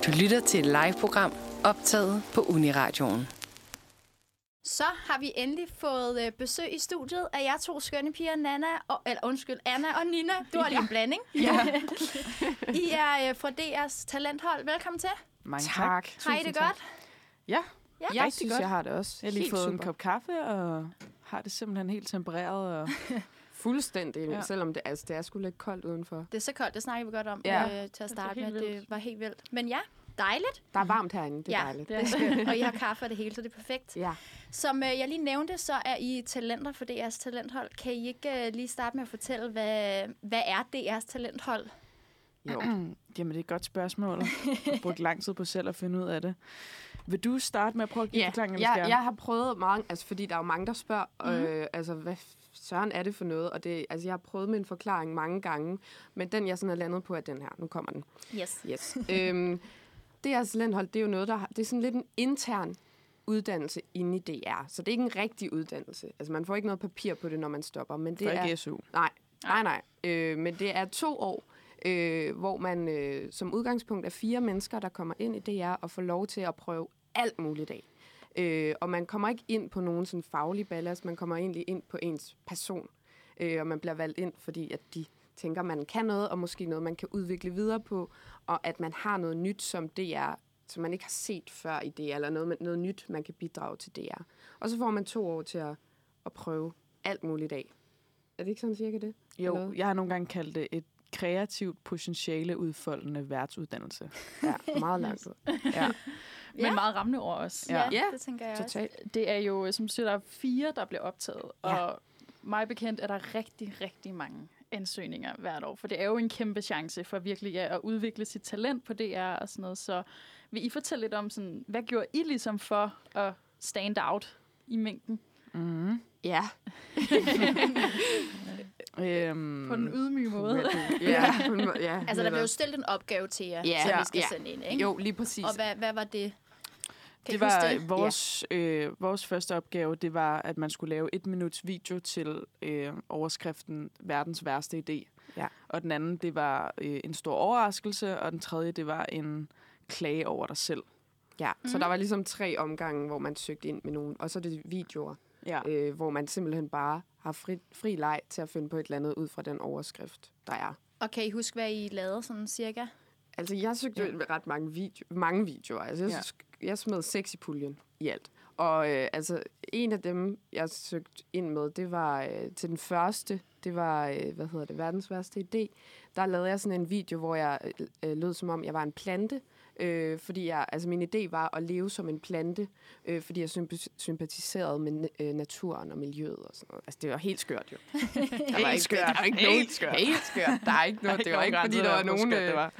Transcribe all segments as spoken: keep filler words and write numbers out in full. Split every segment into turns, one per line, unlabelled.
Du lytter til et live-program optaget på Uniradioen.
Så har vi endelig fået øh, besøg i studiet af jer to skønne piger, Nana og, eller undskyld, Anna og Nina. Du har lige en blanding.
Ja.
I er øh, fra D R's talenthold. Velkommen til.
Mange
tak.
tak.
Har I det godt?
Ja,
Ja.
jeg
Rigtig
synes,
godt.
jeg har det også. Jeg har lige
Helt
fået
super.
en kop kaffe, og har det simpelthen helt tempereret. Og
Fuldstændig,
Ja.
ja. Selvom det, altså, det er sgu lidt koldt udenfor.
Det er så koldt, det snakker vi godt om
Ja.
øh, til at starte
helt
med. Det
vildt.
var helt vildt. Men ja, dejligt.
Der er varmt herinde, det er
ja,
dejligt.
det er skønt. Og I har kaffe og det hele, så det er perfekt.
Ja.
Som øh, jeg lige nævnte, så er I talenter for D R's talenthold. Kan I ikke øh, lige starte med at fortælle, hvad, hvad er D R's talenthold?
Jo.
Jamen, det er et godt spørgsmål. Jeg har brugt lang tid på selv at finde ud af det. Vil du starte med at prøve at give
Ja,
forklaringen?
jeg, jeg har prøvet mange, altså fordi der er jo mange, der spørger,
Mhm.
øh, altså hvad søren er det for noget? Og det, altså jeg har prøvet med en forklaring mange gange, men den jeg sådan er landet på er den her. Nu kommer den.
Yes.
Yes. øhm, D R's talenthold, det er jo noget, der har, det er sådan lidt en intern uddannelse inde i D R. Så det er ikke en rigtig uddannelse. Altså man får ikke noget papir på det, når man stopper. Men det
For
er
ikke S U.
Nej, nej, nej. Øh, men det er to år, øh, hvor man øh, som udgangspunkt er fire mennesker, der kommer ind i D R og får lov til at prøve alt muligt af. Øh, og man kommer ikke ind på nogen sådan faglig ballast, man kommer egentlig ind på ens person. Øh, og man bliver valgt ind, fordi at de tænker, man kan noget, og måske noget, man kan udvikle videre på, og at man har noget nyt som D R, som man ikke har set før i D R, eller noget, noget nyt, man kan bidrage til D R. Og så får man to år til at, at prøve alt muligt af. Er det ikke sådan cirka det?
Jo,
Eller?
jeg har nogle gange kaldt det et kreativt, potentiale udfoldende værtsuddannelse.
Ja, meget langt ud.
Ja.
Men
Ja.
meget rammende ord også.
Ja,
Ja,
det tænker jeg også.
Totalt.
Det er jo, som du siger, der er fire, der bliver optaget.
Ja.
Og mig bekendt er der rigtig, rigtig mange ansøgninger hvert år. For det er jo en kæmpe chance for virkelig ja, at udvikle sit talent på D R og sådan noget. Så vil I fortælle lidt om, sådan, hvad gjorde I ligesom for at stand out i mængden?
Mm-hmm.
Ja.
Øhm,
På den ydmyge måde.
Ja, på en måde, ja.
Altså, der
netop.
blev jo stillet en opgave til jer,
Ja.
som
Ja.
vi skal
Ja.
sende ind, ikke?
Jo, lige præcis.
Og hvad, hvad var det? Kan
det
I huske
var
det?
vores, øh, vores første opgave, det var, at man skulle lave et minuts video til øh, overskriften verdens værste idé.
Ja.
Og den anden, det var øh, en stor overraskelse, og den tredje, det var en klage over dig selv.
Ja, så
Mhm.
der var ligesom tre omgange, hvor man søgte ind med nogen. Og så er det videoer,
Ja.
øh, hvor man simpelthen bare har fri, fri leg til at finde på et eller andet ud fra den overskrift, der er.
Og kan I huske, hvad I lavede sådan cirka?
Altså, jeg søgte ja. ret mange, video, mange videoer. Altså, jeg,
Ja.
jeg smed seks i puljen i alt. Og øh, altså, en af dem, jeg søgte ind med, det var øh, til den første. Det var, øh, hvad hedder det, verdens værste idé. Der lavede jeg sådan en video, hvor jeg øh, lød som om, jeg var en plante. Øh, fordi jeg, altså min idé var at leve som en plante, øh, fordi jeg symp- sympatiserede med øh, naturen og miljøet og sådan noget. Altså, det var helt skørt, jo. Der var ikke,
skørt.
Der var ikke
Helt
nogen,
skørt.
Helt skørt. Der er ikke noget. Det var ikke, fordi der var nogen...
Det
Øh,
var.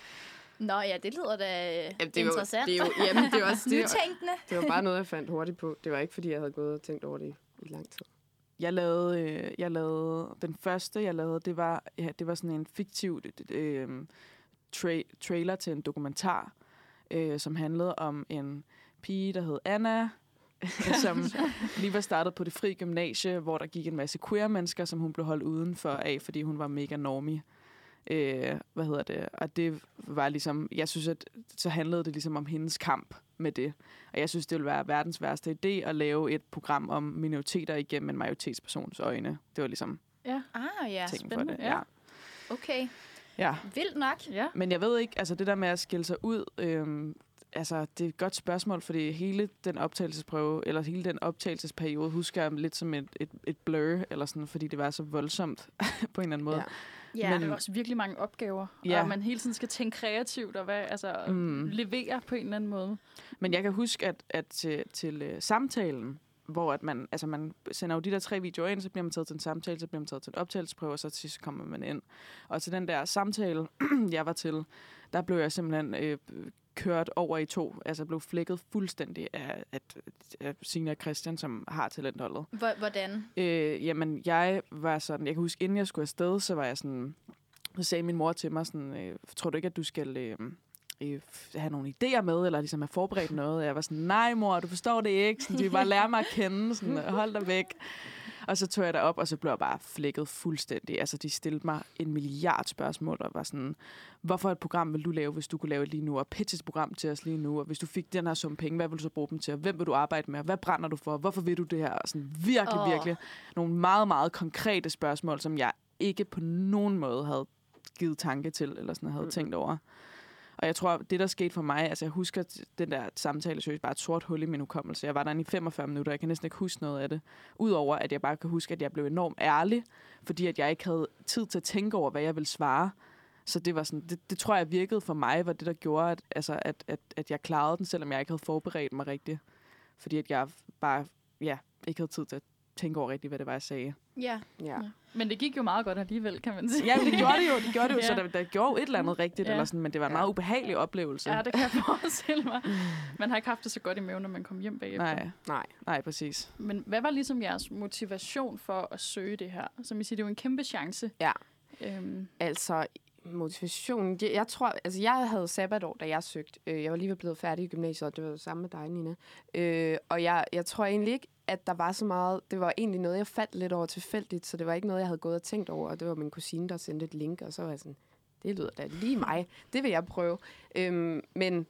Nå ja, det lyder da
Jamen, det er jo-
interessant.
det er jo, jamen, det var også det,
Nytænkende.
det var bare noget, jeg fandt hurtigt på. Det var ikke, fordi jeg havde gået og tænkt over det i, i lang tid.
Jeg lavede, øh, jeg lavede, den første, jeg lavede, det var, ja, det var sådan en fiktiv øh, tra- trailer til en dokumentar, øh, som handlede om en pige, der hed Anna, som lige var startet på det fri gymnasie, hvor der gik en masse queer-mennesker, som hun blev holdt udenfor af, fordi hun var mega normie. Øh, hvad hedder det? Og det var ligesom, jeg synes, at så handlede det ligesom om hendes kamp med det. Og jeg synes, det ville være verdens værste idé at lave et program om minoriteter igennem en majoritetspersons øjne. Det var ligesom
Ja,
Ah ja,
ting for
spændende,
det.
ja.
Ja.
okay.
Ja.
Vildt nok.
ja.
Men jeg ved ikke, altså det der med at skille sig ud, øhm, altså det er et godt spørgsmål, fordi hele den optagelsesprøve, eller hele den optagelsesperiode, husker jeg lidt som et, et, et blur, eller sådan, fordi det var så voldsomt på en eller anden måde.
Ja.
Ja,
Men
Men-
der er også virkelig mange opgaver,
Ja.
og man hele tiden skal tænke kreativt og hvad, altså,
Mm.
mm. levere på en eller anden måde.
Men jeg kan huske, at, at til, til uh, samtalen, hvor at man, altså man sender jo de der tre videoer ind, så bliver man taget til en samtale, så bliver man taget til en optagelsesprøve, og så til sidst kommer man ind. Og til den der samtale, jeg var til, der blev jeg simpelthen øh, kørt over i to. Altså blev flækket fuldstændig af, af, af Signe og Christian, som har talentholdet.
Hvor- hvordan?
Øh, jamen, jeg var sådan, jeg kan huske, inden jeg skulle afsted, så var jeg sådan, så sagde min mor til mig sådan, øh, tror du ikke, at du skal øh, øh, have nogle idéer med, eller ligesom have forberedt noget? Jeg var sådan, nej mor, du forstår det ikke. Sådan, de vil bare lære mig at kende, sådan, hold dig væk. Og så tog jeg derop, og så blev jeg bare flækket fuldstændig. Altså, de stillede mig en milliard spørgsmål, og var sådan, hvorfor et program vil du lave, hvis du kunne lave det lige nu? Og pitch et program til os lige nu. Og hvis du fik den her sum penge, hvad vil du så bruge dem til? Og hvem vil du arbejde med? Hvad brænder du for? Hvorfor vil du det her? Og sådan virkelig,
Åh.
virkelig nogle meget, meget konkrete spørgsmål, som jeg ikke på nogen måde havde givet tanke til, eller sådan havde mm. tænkt over. Og jeg tror, det der skete for mig, altså jeg husker den der samtale, seriøst bare et sort hul i min hukommelse. Jeg var der i femogfyrre minutter, jeg kan næsten ikke huske noget af det. Udover at jeg bare kan huske, at jeg blev enormt ærlig, fordi at jeg ikke havde tid til at tænke over, hvad jeg ville svare. Så det var sådan, det, det tror jeg virkede for mig, var det der gjorde, at, altså, at, at, at jeg klarede den, selvom jeg ikke havde forberedt mig rigtigt. Fordi at jeg bare, ja, ikke havde tid til at tænke over rigtigt, hvad det var, jeg sagde.
Ja.
Ja.
Ja. Men det gik jo meget godt alligevel, kan man sige.
Ja, det gjorde det jo, det gjorde det jo,
Ja.
så der, der gjorde jo et eller andet rigtigt,
Ja.
eller sådan, men det var en meget ubehagelig oplevelse.
Ja, det kan jeg forestille mig. Man har ikke haft det så godt i maven, når man kom hjem bagefter.
Nej,
Nej.
nej, præcis.
Men hvad var ligesom jeres motivation for at søge det her? Som I siger, det er jo en kæmpe chance.
Ja.
Øhm,
Altså, motivationen. Jeg, jeg tror, altså jeg havde sabbatår, da jeg søgte. Øh, Jeg var lige blevet færdig i gymnasiet, og det var sammen med dig, Nina. Øh, og jeg, jeg tror egentlig ikke, at der var så meget. Det var egentlig noget, jeg faldt lidt over tilfældigt, så det var ikke noget, jeg havde gået og tænkt over. Og det var min kusine, der sendte et link, og så var jeg sådan, det lyder da lige mig. Det vil jeg prøve. Øhm, men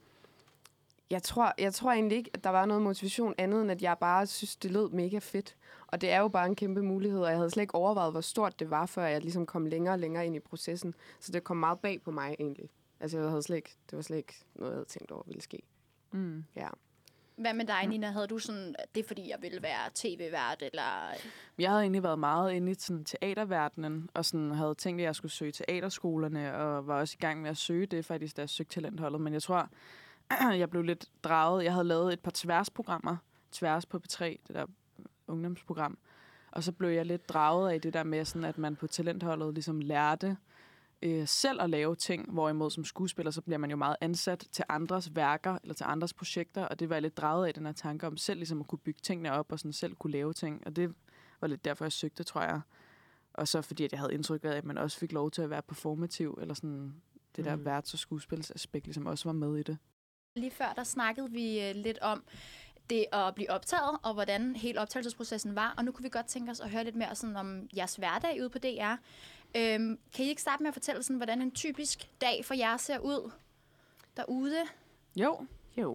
jeg tror, jeg tror egentlig ikke, at der var noget motivation andet, end at jeg bare synes, det lød mega fedt. Og det er jo bare en kæmpe mulighed, og jeg havde slet ikke overvejet, hvor stort det var, før jeg ligesom kom længere og længere ind i processen. Så det kom meget bag på mig egentlig. Altså jeg havde slet ikke, det var slet ikke noget, jeg havde tænkt over ville ske.
Mm.
Ja.
Hvad med dig, Nina? Havde du sådan, det er fordi, jeg ville være tv-vært, eller...
Jeg havde egentlig været meget inde i sådan, teaterverdenen, og sådan, havde tænkt, at jeg skulle søge teaterskolerne, og var også i gang med at søge det, faktisk, da jeg søgte talentholdet. Men jeg tror, jeg blev lidt draget. Jeg havde lavet et par tværsprogrammer, tværs på P tre, det der ungdomsprogram. Og så blev jeg lidt draget af det der med, sådan, at man på talentholdet ligesom lærte øh, selv at lave ting, hvorimod som skuespiller, så bliver man jo meget ansat til andres værker, eller til andres projekter, og det var jeg lidt draget af, den her tanke om selv ligesom at kunne bygge tingene op, og sådan selv kunne lave ting. Og det var lidt derfor, jeg søgte, tror jeg. Og så fordi, at jeg havde indtryk af, at man også fik lov til at være performativ, eller sådan det der
Mm.
værts- og skuespilsaspekt, ligesom også var med i det.
Lige før, der snakkede vi øh, lidt om det at blive optaget, og hvordan hele optagelsesprocessen var. Og nu kunne vi godt tænke os at høre lidt mere sådan om jeres hverdag ude på D R. Øhm, kan I ikke starte med at fortælle, sådan, hvordan en typisk dag for jer ser ud derude?
Jo.
Jo.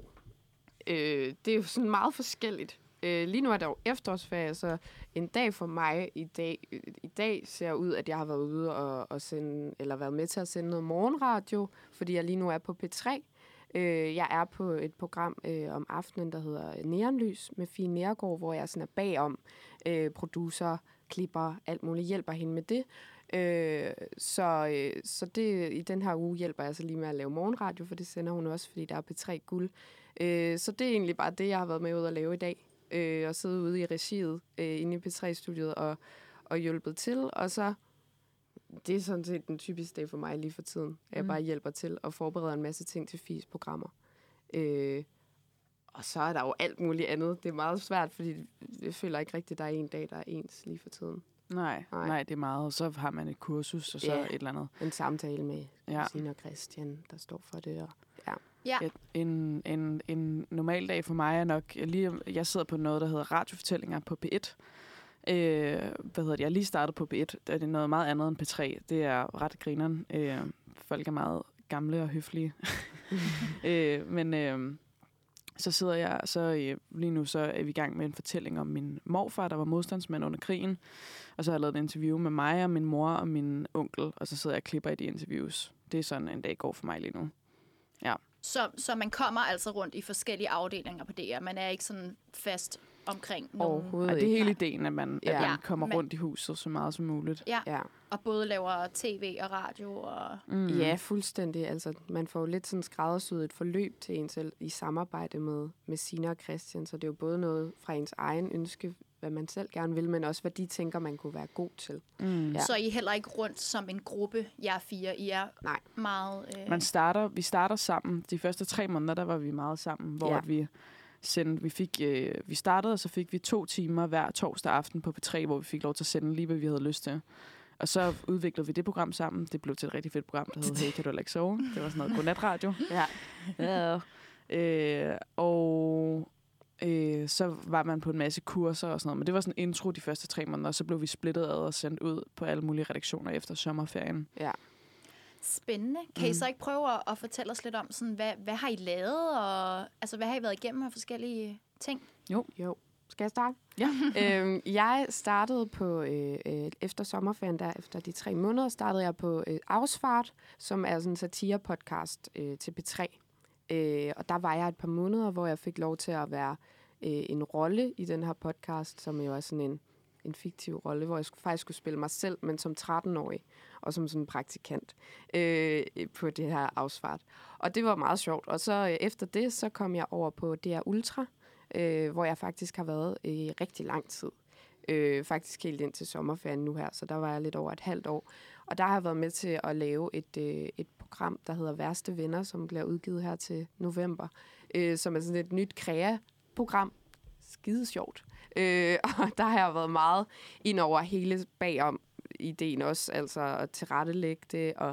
Øh, det er jo sådan meget forskelligt. Øh, lige nu er der jo efterårsferie, så en dag for mig i dag, øh, i dag ser ud, at jeg har været ude og, og sende, eller været med til at sende noget morgenradio, fordi jeg lige nu er på P tre. Øh, jeg er på et program øh, om aftenen, der hedder Neonlys med Fie Neergaard, hvor jeg sådan er bagom øh, producer, klipper, alt muligt, hjælper hende med det. Øh, så, øh, så det, i den her uge hjælper jeg så lige med at lave morgenradio, for det sender hun også, fordi der er P tre guld. Øh, så det er egentlig bare det, jeg har været med ud at lave i dag. Øh, og sidde ude i regiet øh, inde i P tre-studiet og, og hjulpet til. Og så, det er sådan set den typiske dag for mig lige for tiden. At jeg
Mm.
bare hjælper til og forbereder en masse ting til Fies programmer. Øh, og så er der jo alt muligt andet. Det er meget svært, fordi jeg føler ikke rigtigt, at der er en dag, der er ens lige for tiden.
Nej,
Nej.
nej, det er meget. Så har man et kursus, og så
Ja.
et eller andet.
En samtale med
Ja.
Christine og Christian, der står for det. Og, ja.
Ja.
Et, en, en, en normal dag for mig er nok, jeg, lige, jeg sidder på noget, der hedder radiofortællinger på P et. Øh, hvad hedder det? Jeg er lige startet på P et. Det er noget meget andet end P tre. Det er ret grineren. Øh, folk er meget gamle og høflige. øh, men øh, så sidder jeg, så øh, lige nu så er vi i gang med en fortælling om min morfar, der var modstandsmand under krigen. Og så har jeg lavet et interview med mig og min mor og min onkel, og så sidder jeg og klipper i de interviews. Det er sådan, en dag går for mig lige nu.
Så, så man kommer altså rundt i forskellige afdelinger på D R. Man er ikke sådan fast omkring nogen.
Overhovedet
Og det er
ikke.
hele ideen, at man,
Ja.
at man
Ja,
kommer
men-
rundt i huset så meget som muligt.
Ja,
Ja.
og både laver tv og radio. Og...
Mm.
Ja, fuldstændig. Altså, man får jo lidt sådan skræddersyet et forløb til en selv i samarbejde med, med Sina og Christian, så det er jo både noget fra ens egen ønske, hvad man selv gerne vil, men også hvad de tænker, man kunne være god til.
Mm.
Ja.
Så er I heller ikke rundt som en gruppe, jer fire. I er
Nej.
meget... Øh...
Man starter, vi starter sammen. De første tre måneder, der var vi meget sammen, hvor
Ja.
ja. vi sendte, vi fik, øh, vi startede, og så fik vi to timer hver torsdag aften på P tre, hvor vi fik lov til at sende lige, hvad vi havde lyst til. Og så udviklede vi det program sammen. Det blev til et rigtig fedt program, der hed Hey, kan du heller ikke sove? Det var sådan noget godnatradio.
Ja.
Ja. Øh, og Øh, så var man på en masse kurser og sådan noget. Men det var sådan en intro de første tre måneder, og så blev vi splittet ad og sendt ud på alle mulige redaktioner efter sommerferien.
Ja.
Spændende. Kan mm. I så ikke prøve at, at fortælle os lidt om, sådan, hvad, hvad har I lavet, og altså, hvad har I været igennem af forskellige ting?
Jo.
Jo. Skal jeg starte?
Ja.
øhm, jeg startede på, øh, øh, efter sommerferien, der efter de tre måneder, startede jeg på øh, Ausfart, som er sådan en satire-podcast øh, til P tre. Øh, og der var jeg et par måneder, hvor jeg fik lov til at være øh, en rolle i den her podcast, som jo er sådan en, en fiktiv rolle, hvor jeg skulle, faktisk skulle spille mig selv, men som tretten-årig, og som sådan en praktikant øh, på det her Ausfart. Og det var meget sjovt. Og så øh, efter det, så kom jeg over på D R Ultra, øh, hvor jeg faktisk har været i rigtig lang tid. Øh, faktisk helt ind til sommerferien nu her, så der var jeg lidt over et halvt år. Og der har jeg været med til at lave et, øh, et program, der hedder Værste Venner, som bliver udgivet her til november, øh, som er sådan et nyt krea-program. Skide sjovt. Øh, og der har jeg været meget ind over hele bagom ideen også, altså at tilrettelægge det, og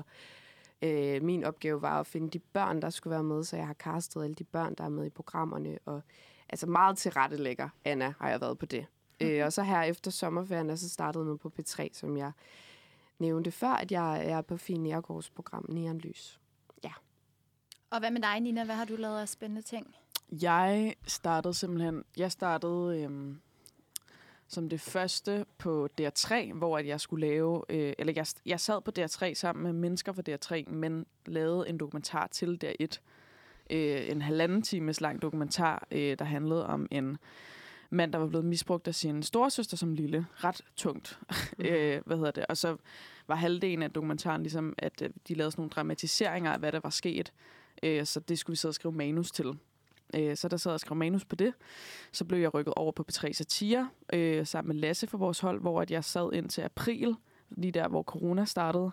øh, min opgave var at finde de børn, der skulle være med, så jeg har castet alle de børn, der er med i programmerne, og altså meget tilrettelægger, Anna, har jeg været på det. Mm-hmm. Øh, og så her efter sommerferien er så startet noget på P tre, som jeg nævnte før, at jeg er på Fie Neergaards program Neonlys. Ja.
Og hvad med dig, Nina? Hvad har du lavet af spændende ting?
Jeg startede simpelthen, jeg startede øhm, som det første på D R tre, hvor at jeg skulle lave, øh, eller jeg, jeg sad på D R tre sammen med mennesker fra D R tre, men lavede en dokumentar til D R et. Øh, en halvanden times lang dokumentar, øh, der handlede om en mand, der var blevet misbrugt af sin storesøster som lille. Ret tungt. Mm. øh, hvad hedder det? Og så var halvdelen af dokumentaren ligesom, at øh, de lavede sådan nogle dramatiseringer af, hvad der var sket. Øh, så det skulle vi sidde og skrive manus til. Øh, så der sad og skrev manus på det. Så blev jeg rykket over på P tre Satire, øh, sammen med Lasse fra vores hold, hvor at jeg sad ind til april, lige der, hvor corona startede.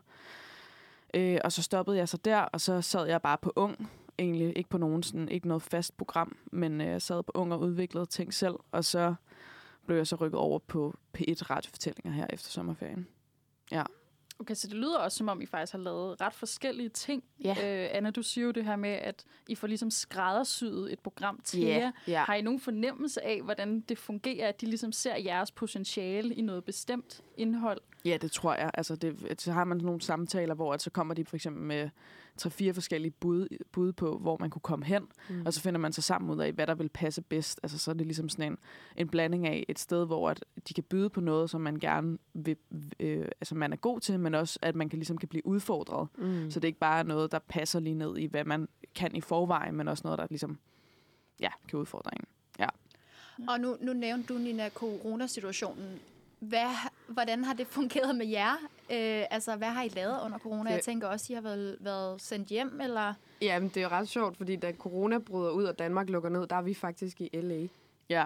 Øh, og så stoppede jeg så der, og så sad jeg bare på Ung. Egentlig ikke på nogen sådan, ikke noget fast program, men øh, jeg sad på Ung og udviklede ting selv, og så blev jeg så rykket over på P et radiofortællinger her efter sommerferien. Ja.
Okay, så det lyder også, som om I faktisk har lavet ret forskellige ting.
Ja.
Øh, Anna, du siger jo det her med, at I får ligesom skræddersyet et program til
Yeah,
jer.
yeah.
Har I nogen fornemmelse af, hvordan det fungerer, at de ligesom ser jeres potentiale i noget bestemt indhold?
Ja, det tror jeg. Altså, det, så har man nogle samtaler, hvor at så kommer de for eksempel med tre-fire forskellige bud, bud på, hvor man kunne komme hen, mm. og så finder man sig sammen ud af, hvad der vil passe bedst. Altså, så er det ligesom sådan en, en blanding af et sted, hvor at de kan byde på noget, som man gerne vil, øh, altså man er god til, men også, at man kan, ligesom kan blive udfordret. Mm. Så det er ikke bare noget, der passer lige ned i, hvad man kan i forvejen, men også noget, der ligesom, ja, kan udfordre en. Ja.
Og nu, nu nævnte du, Nina, coronasituationen. Hvad, hvordan har det fungeret med jer? Øh, altså, hvad har I lavet under corona? Jeg tænker også, I har været, været sendt hjem, eller?
Jamen, det er jo ret sjovt, fordi da corona bryder ud, og Danmark lukker ned, der er vi faktisk i L A.
Ja.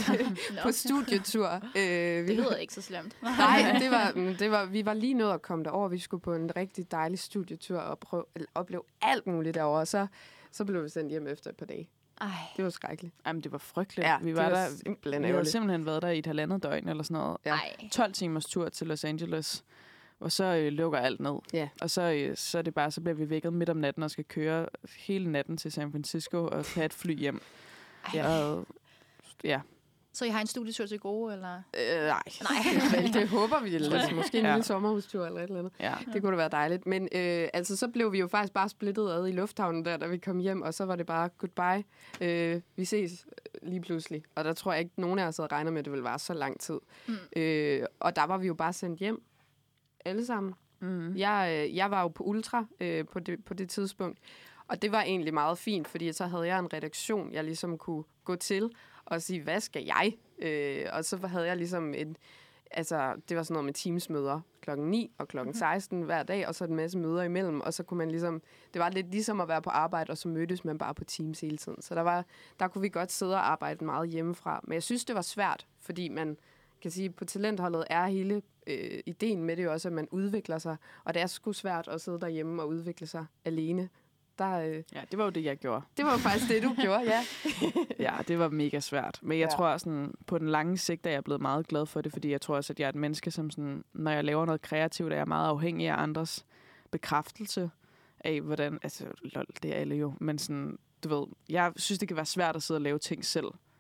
På studietur. Øh,
det lyder ikke så slemt.
Nej, det var, det var, vi var lige nødt at komme derover. Vi skulle på en rigtig dejlig studietur og prøve at opleve alt muligt derovre. Og så, så blev vi sendt hjem efter et par dage.
Ej.
Det var skrækkeligt.
Jamen, det var frygteligt.
Ja,
vi var,
var
der,
simpelthen
vi
ærgerligt.
havde simpelthen været der i et halvandet døgn eller sådan noget.
Ja.
tolv timers tur til Los Angeles, og så øh, lukker alt ned.
Ja.
Og så, øh, så er det bare, så bliver vi vækket midt om natten og skal køre hele natten til San Francisco og tage et fly hjem.
Ej.
Og, ja.
Så I har en studietur til gode, eller?
Øh, nej.
Nej.
det håber vi. Eller måske en
Ja.
lille sommerhustur eller et eller andet.
Ja.
Det kunne da være dejligt. Men øh, altså, så blev vi jo faktisk bare splittet ad i lufthavnen der, da vi kom hjem, og så var det bare goodbye. Øh, vi ses lige pludselig. Og der tror jeg ikke, nogen af os havde regnet med, at det ville være så lang tid. Mm. Øh, og der var vi jo bare sendt hjem. Alle sammen. Mm. Jeg, øh, jeg var jo på Ultra øh, på, det, på det tidspunkt. Og det var egentlig meget fint, fordi så havde jeg en redaktion, jeg ligesom kunne gå til og sige, hvad skal jeg? Øh, og så havde jeg ligesom en, altså det var sådan noget med teamsmøder klokken ni og klokken seksten hver dag, og så en masse møder imellem, og så kunne man ligesom, det var lidt ligesom at være på arbejde, og så mødtes man bare på Teams hele tiden. Så der var, der kunne vi godt sidde og arbejde meget hjemmefra. Men jeg synes, det var svært, fordi man kan sige, på talentholdet er hele øh, ideen med det jo også, at man udvikler sig, og det er sgu svært at sidde derhjemme og udvikle sig alene. Der, øh,
ja, det var jo det, jeg gjorde.
Det var jo faktisk det, du gjorde, ja.
Ja, det var mega svært. Men jeg
Ja.
tror, sådan, på den lange sigt er jeg blevet meget glad for det, fordi jeg tror også, at jeg er et menneske, som sådan, når jeg laver noget kreativt, er jeg meget afhængig af andres bekræftelse af, hvordan, altså, lol, det er alle jo, men sådan, du ved, jeg synes, det kan være svært at sidde og lave ting selv.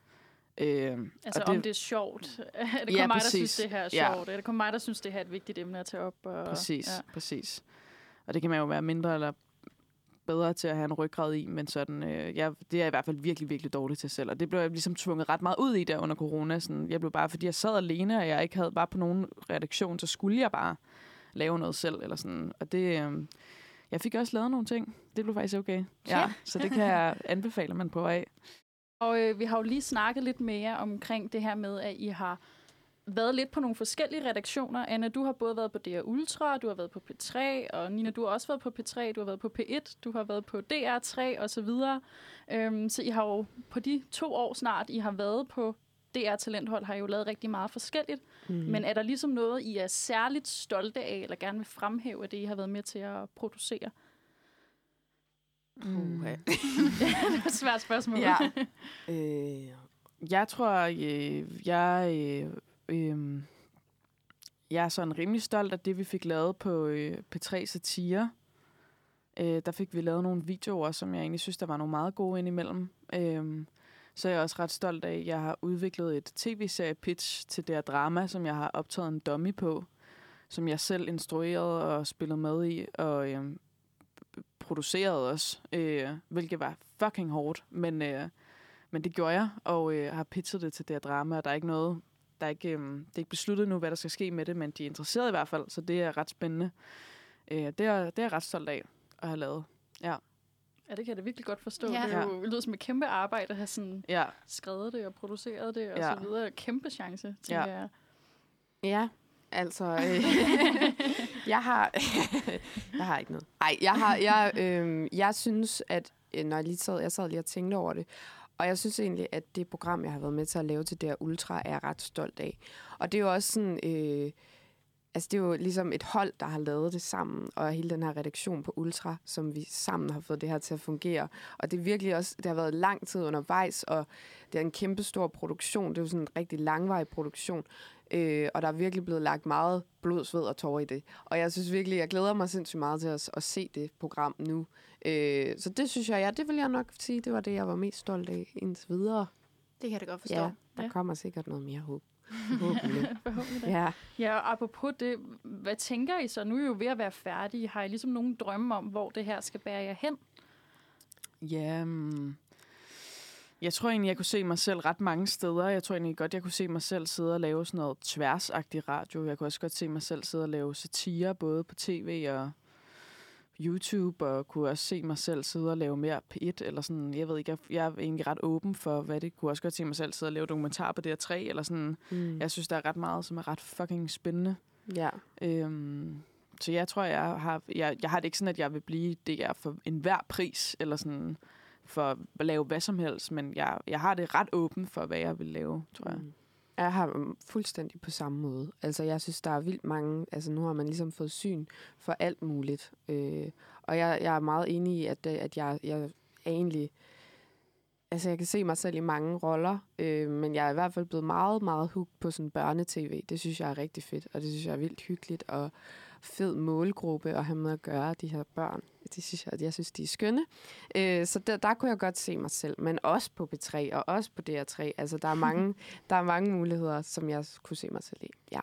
Øh,
Altså
og
det, om det er sjovt. Er det kun
Ja,
mig, der
præcis.
synes, det her er
Ja.
sjovt? Er det kun mig, der synes, det her er et vigtigt emne at tage op? Og,
Præcis,
Ja.
ja. præcis. Og det kan man jo være mindre eller bedre til at have en ryggrad i, men sådan, øh, jeg, det er jeg i hvert fald virkelig, virkelig dårlig til selv. Og det blev jeg ligesom tvunget ret meget ud i der under corona. Sådan, jeg blev bare, fordi jeg sad alene, og jeg ikke havde bare på nogen redaktion, så skulle jeg bare lave noget selv. Eller sådan. Og det, øh, jeg fik også lavet nogle ting. Det blev faktisk okay. Ja, så det kan jeg anbefale, man prøver af.
Og øh, vi har jo lige snakket lidt mere omkring det her med, at I har været lidt på nogle forskellige redaktioner. Anna, du har både været på D R Ultra, du har været på P tre, og Nina, du har også været på P tre, du har været på P et, du har været på D R tre og så videre. Øhm, så I har jo på de to år snart, I har været på D R Talenthold, har I jo lavet rigtig meget forskelligt. Mm. Men er der ligesom noget, I er særligt stolte af, eller gerne vil fremhæve af det, I har været med til at producere?
Mm.
det er et svært spørgsmål.
Ja. øh,
Jeg tror, øh, jeg, øh, øh, jeg er sådan rimelig stolt af det, vi fik lavet på øh, P tre Satire. Øh, der fik vi lavet nogle videoer, som jeg egentlig synes, der var nogle meget gode indimellem. Øh, så er jeg også ret stolt af, at jeg har udviklet et tv-serie-pitch til det her drama, som jeg har optaget en dummy på, som jeg selv instruerede og spillede med i, og øh, produceret også, øh, hvilket var fucking hårdt, men... Øh, Men det gjorde jeg, og øh, har pitchet det til det her drama, og der er ikke noget, der er ikke, øh, det er ikke besluttet nu, hvad der skal ske med det, men de er interesserede i hvert fald, så det er ret spændende. Øh, det, er, det er jeg ret stolt af at have lavet. Ja.
Ja, det kan jeg da virkelig godt forstå.
Ja.
Det er jo, det lyder som et kæmpe arbejde at have sådan
Ja.
skrevet det og produceret det og
Ja.
så videre. Kæmpe chance, tænker
Ja.
jeg.
Ja, altså, øh, jeg har, jeg har ikke noget. Nej, jeg har, jeg, øh, jeg synes, at øh, når jeg lige sad, jeg sad lige og tænkte over det, og jeg synes egentlig, at det program, jeg har været med til at lave til D R Ultra, er jeg ret stolt af. Og det er jo også sådan, øh, altså det er jo ligesom et hold, der har lavet det sammen, og hele den her redaktion på Ultra, som vi sammen har fået det her til at fungere. Og det er virkelig også, det har været lang tid undervejs, og det er en kæmpe stor produktion. Det er jo sådan en rigtig langvarig produktion. Øh, og der er virkelig blevet lagt meget blod, sved og tårer i det. Og jeg synes virkelig, jeg glæder mig sindssygt meget til at, at se det program nu. Øh, så det synes jeg, ja, det vil jeg nok sige, det var det, jeg var mest stolt af indtil videre.
Det kan jeg da godt forstå.
Ja, der
Ja.
kommer sikkert noget mere håb. Forhåbentlig.
Forhåbentlig da.
Ja.
Ja, og apropos det, hvad tænker I så? Nu er I jo ved at være færdige. Har I ligesom nogen drømme om, hvor det her skal bære jer hen?
Ja, mm, jeg tror egentlig, jeg kunne se mig selv ret mange steder. Jeg tror egentlig godt, jeg kunne se mig selv sidde og lave sådan noget tværsagtig radio. Jeg kunne også godt se mig selv sidde og lave satire, både på tv og YouTube, og kunne også se mig selv sidde og lave mere P et, eller sådan, jeg ved ikke, jeg, jeg er egentlig ret åben for, hvad det kunne også godt se mig selv sidde og lave dokumentar på D R tre, eller sådan.
Mm.
Jeg synes, der er ret meget, som er ret fucking spændende.
Ja.
Øhm, så jeg tror, jeg har, jeg, jeg har det ikke sådan, at jeg vil blive D R for enhver pris, eller sådan for at lave hvad som helst, men jeg, jeg har det ret åbent for, hvad jeg vil lave, tror jeg.
Mm. Jeg har um, fuldstændig på samme måde. Altså, jeg synes, der er vildt mange... Altså, nu har man ligesom fået syn for alt muligt. Øh, og jeg, jeg er meget enig i, at, at jeg, jeg er egentlig... Altså, jeg kan se mig selv i mange roller, øh, men jeg er i hvert fald blevet meget, meget hooked på sådan børnetv. Det synes jeg er rigtig fedt, og det synes jeg er vildt hyggeligt og fed målgruppe at have med at gøre, de her børn. Det synes jeg, jeg synes, de er skønne. Øh, så der, der kunne jeg godt se mig selv, men også på P tre og også på D R tre. Altså, der er mange, der er mange muligheder, som jeg kunne se mig selv i. Ja.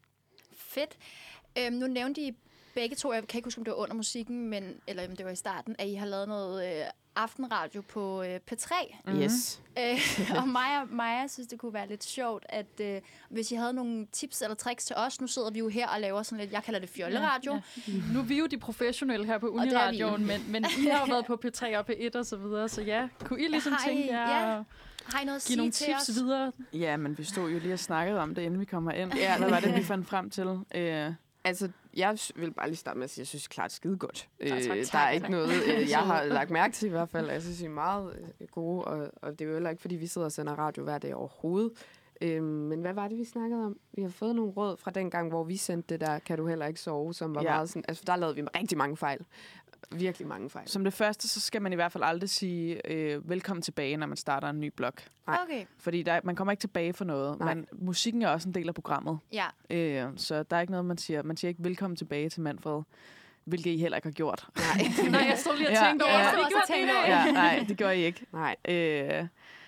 Fedt. Øhm, nu nævnte I begge to, jeg kan ikke huske, om det var under musikken, men, eller om det var i starten, at I har lavet noget øh, aftenradio på øh, P tre.
Mhm.
Yes.
Øh, og Maja, Maja synes, det kunne være lidt sjovt, at øh, hvis I havde nogle tips eller tricks til os, nu sidder vi jo her og laver sådan lidt, jeg kalder det fjolleradio.
Ja, ja. Nu er vi jo de professionelle her på
det er vi.
Uniradioen, men, men I har jo været på P tre og P et og så videre, så ja, kunne I ligesom
Har I-
tænke jer
ja.
at
Har I noget at
give
sige
nogle
til
tips
os?
videre?
Ja, men vi stod jo lige og snakkede om det, inden vi kommer ind. Ja, hvad var det, vi fandt frem til? Øh,
Altså, jeg vil bare lige starte med at sige, at jeg synes klart skide godt. Øh,
tak,
der
tak,
er
tak.
ikke noget, øh, jeg har lagt mærke til i hvert fald. Jeg synes, I er meget øh, gode, og, og det er jo heller ikke, fordi vi sidder og sender radio hver dag overhovedet. Øh, men hvad var det, vi snakkede om? Vi har fået nogle råd fra den gang, hvor vi sendte det der, kan du heller ikke sove, som var
Ja.
meget sådan, altså der lavede vi rigtig mange fejl. Virkelig mange fejl.
som det første, så skal man i hvert fald aldrig sige øh, velkommen tilbage, når man starter en ny blog.
Nej.
Okay,
Fordi der, man kommer ikke tilbage for noget.
Nej.
Man, musikken er også en del af programmet.
ja.
Øh, så der er ikke noget, man siger. Man siger ikke velkommen tilbage til Manfred, hvilket I heller ikke har gjort.
Nej.
Nå, jeg stod lige og
Ja,
tænkte over,
ja.
har de gjort det i dag?
Ja, nej, det gør I ikke.
Nej.
Øh,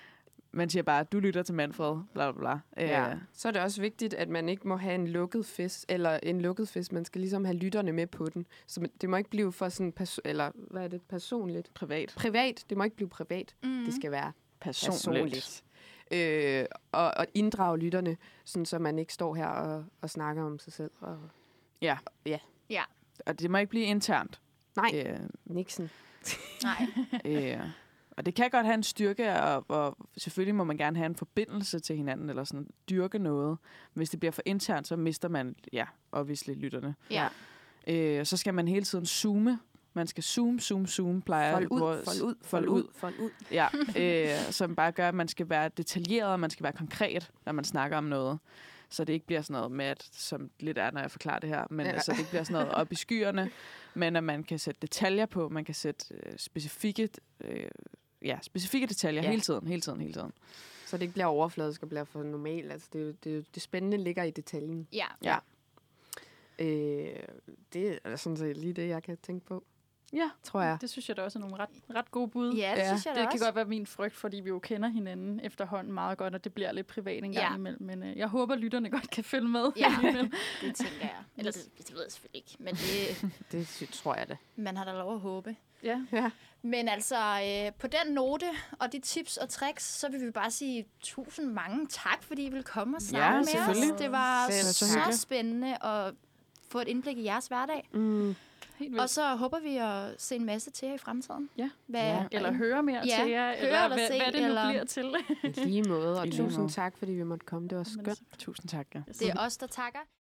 man siger bare, du lytter til Manfred, bla bla bla.
Ja.
Øh,
Så er det også vigtigt, at man ikke må have en lukket fest, eller en lukket fest. Man skal ligesom have lytterne med på den. Så det må ikke blive for sådan, perso- eller hvad er det, personligt?
privat.
Privat. Det må ikke blive privat.
Mm.
Det skal være
Personligt.
personligt. Øh, og, og inddrage lytterne, sådan, så man ikke står her og, og snakker om sig selv. Og,
Ja.
Ja.
Ja.
Og det må ikke blive internt.
nej,
Øh,
Nixon.
Nej.
øh, og det kan godt have en styrke, og, og selvfølgelig må man gerne have en forbindelse til hinanden, eller sådan dyrke noget. Men hvis det bliver for internt, så mister man, ja, obviously lytterne.
Ja.
Øh, så skal man hele tiden zoome. Man skal zoom, zoom, zoom, plejer
Fold ud,
vores-
fold ud,
fold ud.
fold ud.
Ja, øh, som bare gør, at man skal være detaljeret, og man skal være konkret, når man snakker om noget. Så det ikke bliver sådan noget med, at, som lidt er, når jeg forklarer det her, men
Ja.
ja. altså, det ikke bliver sådan noget op i skyerne, men at man kan sætte detaljer på, man kan sætte øh, specifikke, øh, ja, specifikke detaljer
Ja.
ja. hele tiden, hele tiden, hele tiden.
Så det ikke bliver overfladisk og bliver for normalt. Altså, det, er jo- det, er jo- det spændende ligger i detaljen.
Ja.
Ja.
Øh, det er sådan set lige det, jeg kan tænke på,
Ja,
tror jeg.
Det synes jeg da også er nogle ret, ret gode bud.
Ja, det
Ja,
synes jeg da
Det kan
også.
godt være min frygt, fordi vi jo kender hinanden efterhånden meget godt, og det bliver lidt privat en gang
Ja.
imellem. Men øh, jeg håber, lytterne godt kan følge med.
Ja.
alligevel.
Det tænker jeg. Eller det, det ved jeg selvfølgelig ikke, men det,
Det sy- tror jeg da.
man har da lov at håbe.
ja.
Ja.
Men altså, øh, på den note og de tips og tricks, så vil vi bare sige tusind mange tak, fordi I ville komme og snakke
Ja,
med
selvfølgelig.
os. Det var
Selv
så,
så hyggeligt.
spændende at få et indblik i jeres hverdag.
Mm.
Helt vildt.
Og så håber vi at se en masse til jer i fremtiden.
Ja.
Hvad,
Ja.
Eller høre mere
Ja,
til jer,
høre
eller,
eller
hvad,
se,
hvad det nu
eller-
bliver til.
I lige måde, og
I lige
tusind
måde.
tak, fordi vi måtte komme. Det var
Men
skønt.
tusind tak. Ja.
Det er os, der takker.